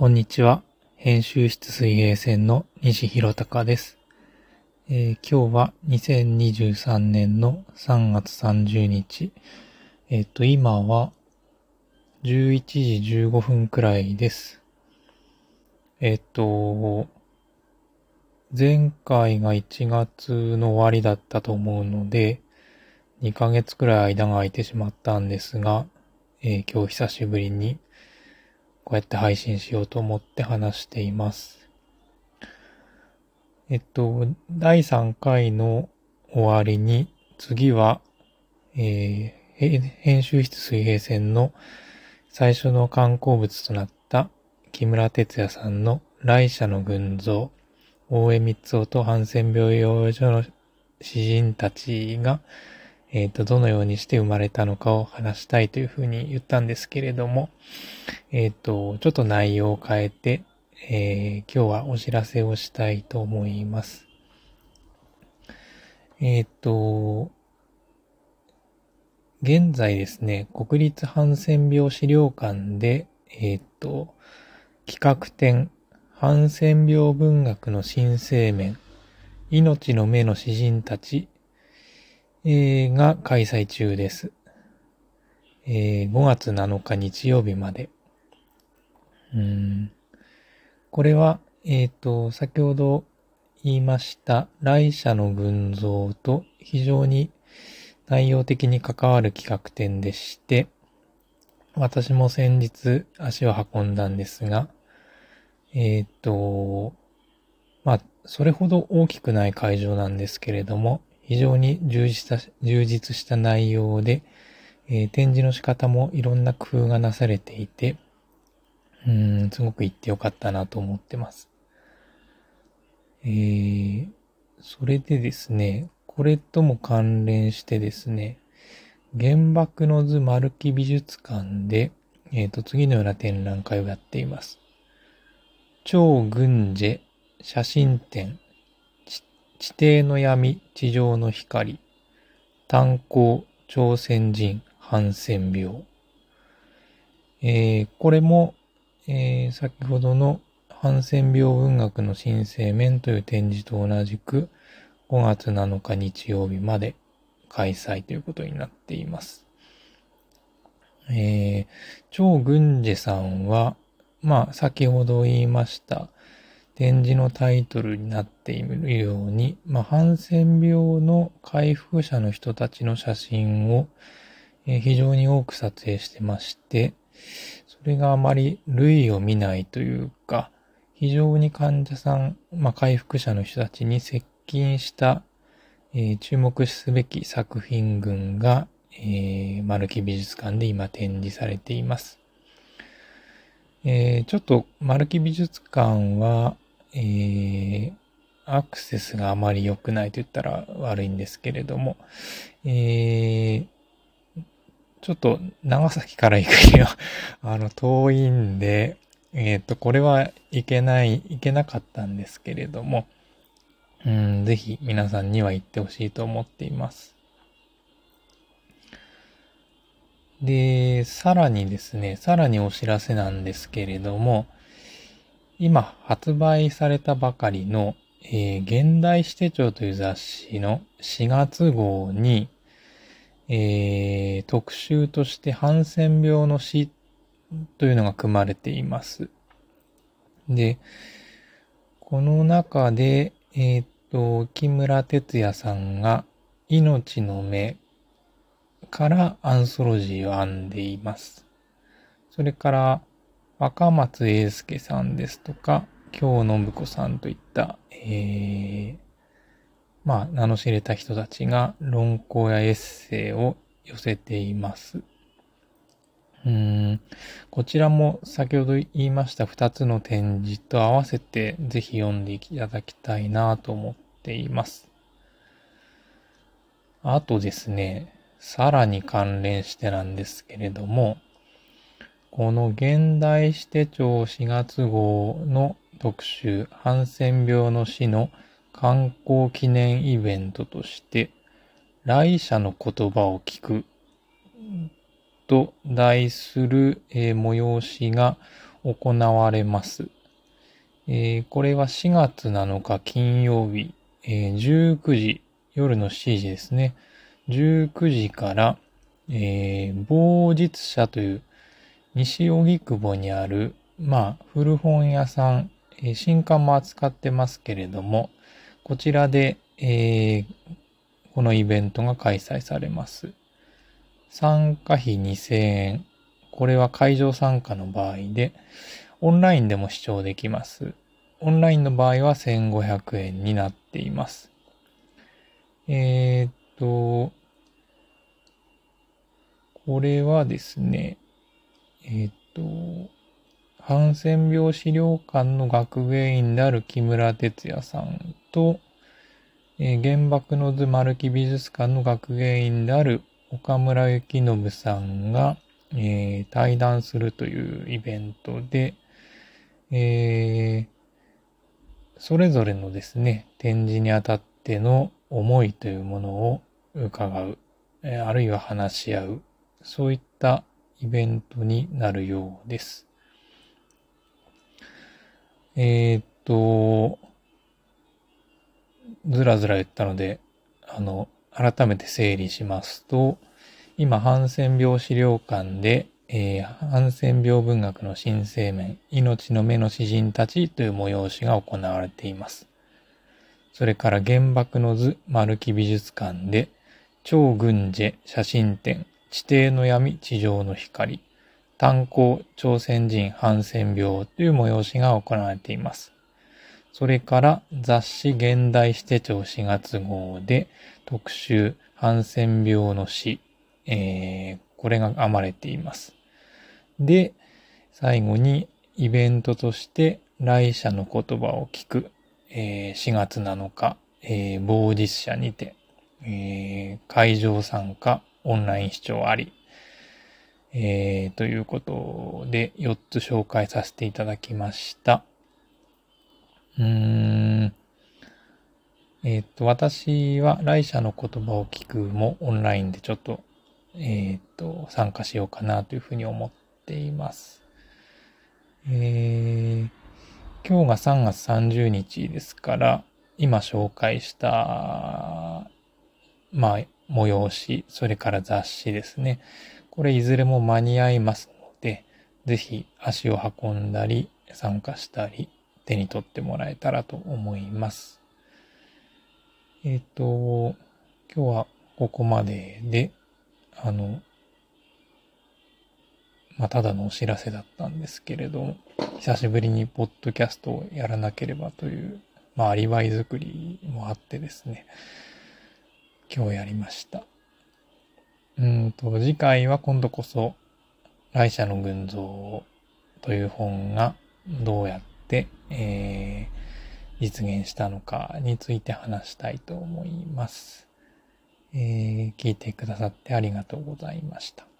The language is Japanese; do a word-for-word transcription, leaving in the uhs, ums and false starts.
こんにちは。編集室水平線の西弘隆です、えー。今日はにせんにじゅうさんねんのさんがつさんじゅうにち。えっ、ー、と、今はじゅういちじじゅうごふんくらいです。えっ、ー、と、前回がいちがつの終わりだったと思うので、にかげつくらい間が空いてしまったんですが、えー、今日久しぶりにこうやって配信しようと思って話しています。えっと、だいさんかいの終わりに、次は、えー、編集室水平線の最初の刊行物となった木村哲也さんの来社の群像、大江光雄とハンセン病養所の詩人たちが、えっと、どのようにして生まれたのかを話したいというふうに言ったんですけれども、えっと、ちょっと内容を変えて、えー、今日はお知らせをしたいと思います。えっと、現在ですね、国立ハンセン病資料館で、えっと、企画展、ハンセン病文学の新生面、命の目の詩人たち、えー、が開催中です。えー、ごがつなのか日曜日まで。うーんこれは、えっと、先ほど言いました、来社の群像と非常に内容的に関わる企画展でして、私も先日足を運んだんですが、えっと、まあ、それほど大きくない会場なんですけれども、非常に充実した、充実した内容で、えー、展示の仕方もいろんな工夫がなされていて、うーん、すごく行ってよかったなと思ってます。えー、それでですね、これとも関連してですね、原爆の図丸木美術館で、えっと、次のような展覧会をやっています。超軍事写真展、地底の闇、地上の光、炭鉱、朝鮮人、ハンセン病。えー、これも、えー、先ほどのハンセン病文学の新生面という展示と同じくごがつなのか日曜日まで開催ということになっています。えー、超軍事さんは、まあ、先ほど言いました展示のタイトルになっているように、まあ、ハンセン病の回復者の人たちの写真を、えー、非常に多く撮影してまして、それがあまり類を見ないというか、非常に患者さん、まあ、回復者の人たちに接近した、えー、注目すべき作品群が、えー、丸木美術館で今展示されています。えー、ちょっと丸木美術館は、えー、アクセスがあまり良くないと言ったら悪いんですけれども、えー、ちょっと長崎から行くにはあの遠いんで、えっと、これは行けない、行けなかったんですけれども、うん、ぜひ皆さんには行ってほしいと思っています。で、さらにですね、さらにお知らせなんですけれども、今発売されたばかりの、えー、現代史手帳という雑誌のしがつ号に、えー、特集としてハンセン病の詩というのが組まれています。で、この中で、えっと、木村哲也さんが命の目からアンソロジーを編んでいます。それから、若松英介さんですとか、京信子さんといった、えー、まあ、名の知れた人たちが論考やエッセイを寄せています。うーんこちらも先ほど言いましたふたつの展示と合わせてぜひ読んでいただきたいなと思っています。あとですね、さらに関連してなんですけれども、この現代史手帳しがつ号の特集、ハンセン病の死の観光記念イベントとして、来社の言葉を聞くと題する、えー、催しが行われます。えー、これはしがつなのか金曜日、えー、じゅうくじ、夜のしちじですね。じゅうくじから、えー、某実社という西荻窪にある、まあ、古本屋さん、えー、新刊も扱ってますけれども、こちらで、えー、このイベントが開催されます。参加費にせんえん。これは会場参加の場合で、オンラインでも視聴できます。オンラインの場合はせんごひゃくえんになっています。えーっと、これはですね、えーっと、ハンセン病資料館の学芸員である木村哲也さんと、えー、原爆の図丸木美術館の学芸員である岡村幸信さんが、えー、対談するというイベントで、えー、それぞれのですね、展示にあたっての思いというものを伺う、えー、あるいは話し合う、そういったイベントになるようです。えーっと、ずらずら言ったので、あの、改めて整理しますと、今、ハンセン病資料館で、えー、ハンセン病文学の新生面、命の目の詩人たちという催しが行われています。それから原爆の図丸木美術館で、超軍事写真展、地底の闇、地上の光、炭鉱朝鮮人ハンセン病という催しが行われています。それから雑誌現代史手帳しがつ号で特集ハンセン病の詩、えー、これが編まれています。で、最後にイベントとして来社の言葉を聞く、えー、しがつなのか、えー、某実社にて、えー、会場参加、オンライン視聴あり、えー、ということでよっつ紹介させていただきました。うーん。えっと、私は来社の言葉を聞くもオンラインでちょっと、えっと、参加しようかなというふうに思っています。えー、今日がさんがつさんじゅうにちですから、今紹介した、まあ、催し、それから雑誌ですね。これいずれも間に合いますので、ぜひ足を運んだり、参加したり、手に取ってもらえたらと思います。えっと、今日はここまでで、あの、まあ、ただのお知らせだったんですけれども、久しぶりにポッドキャストをやらなければという、まあ、アリバイ作りもあってですね、今日やりました。うんと、次回は今度こそ、来社の群像という本がどうやって、えー、実現したのかについて話したいと思います。えー、聞いてくださってありがとうございました。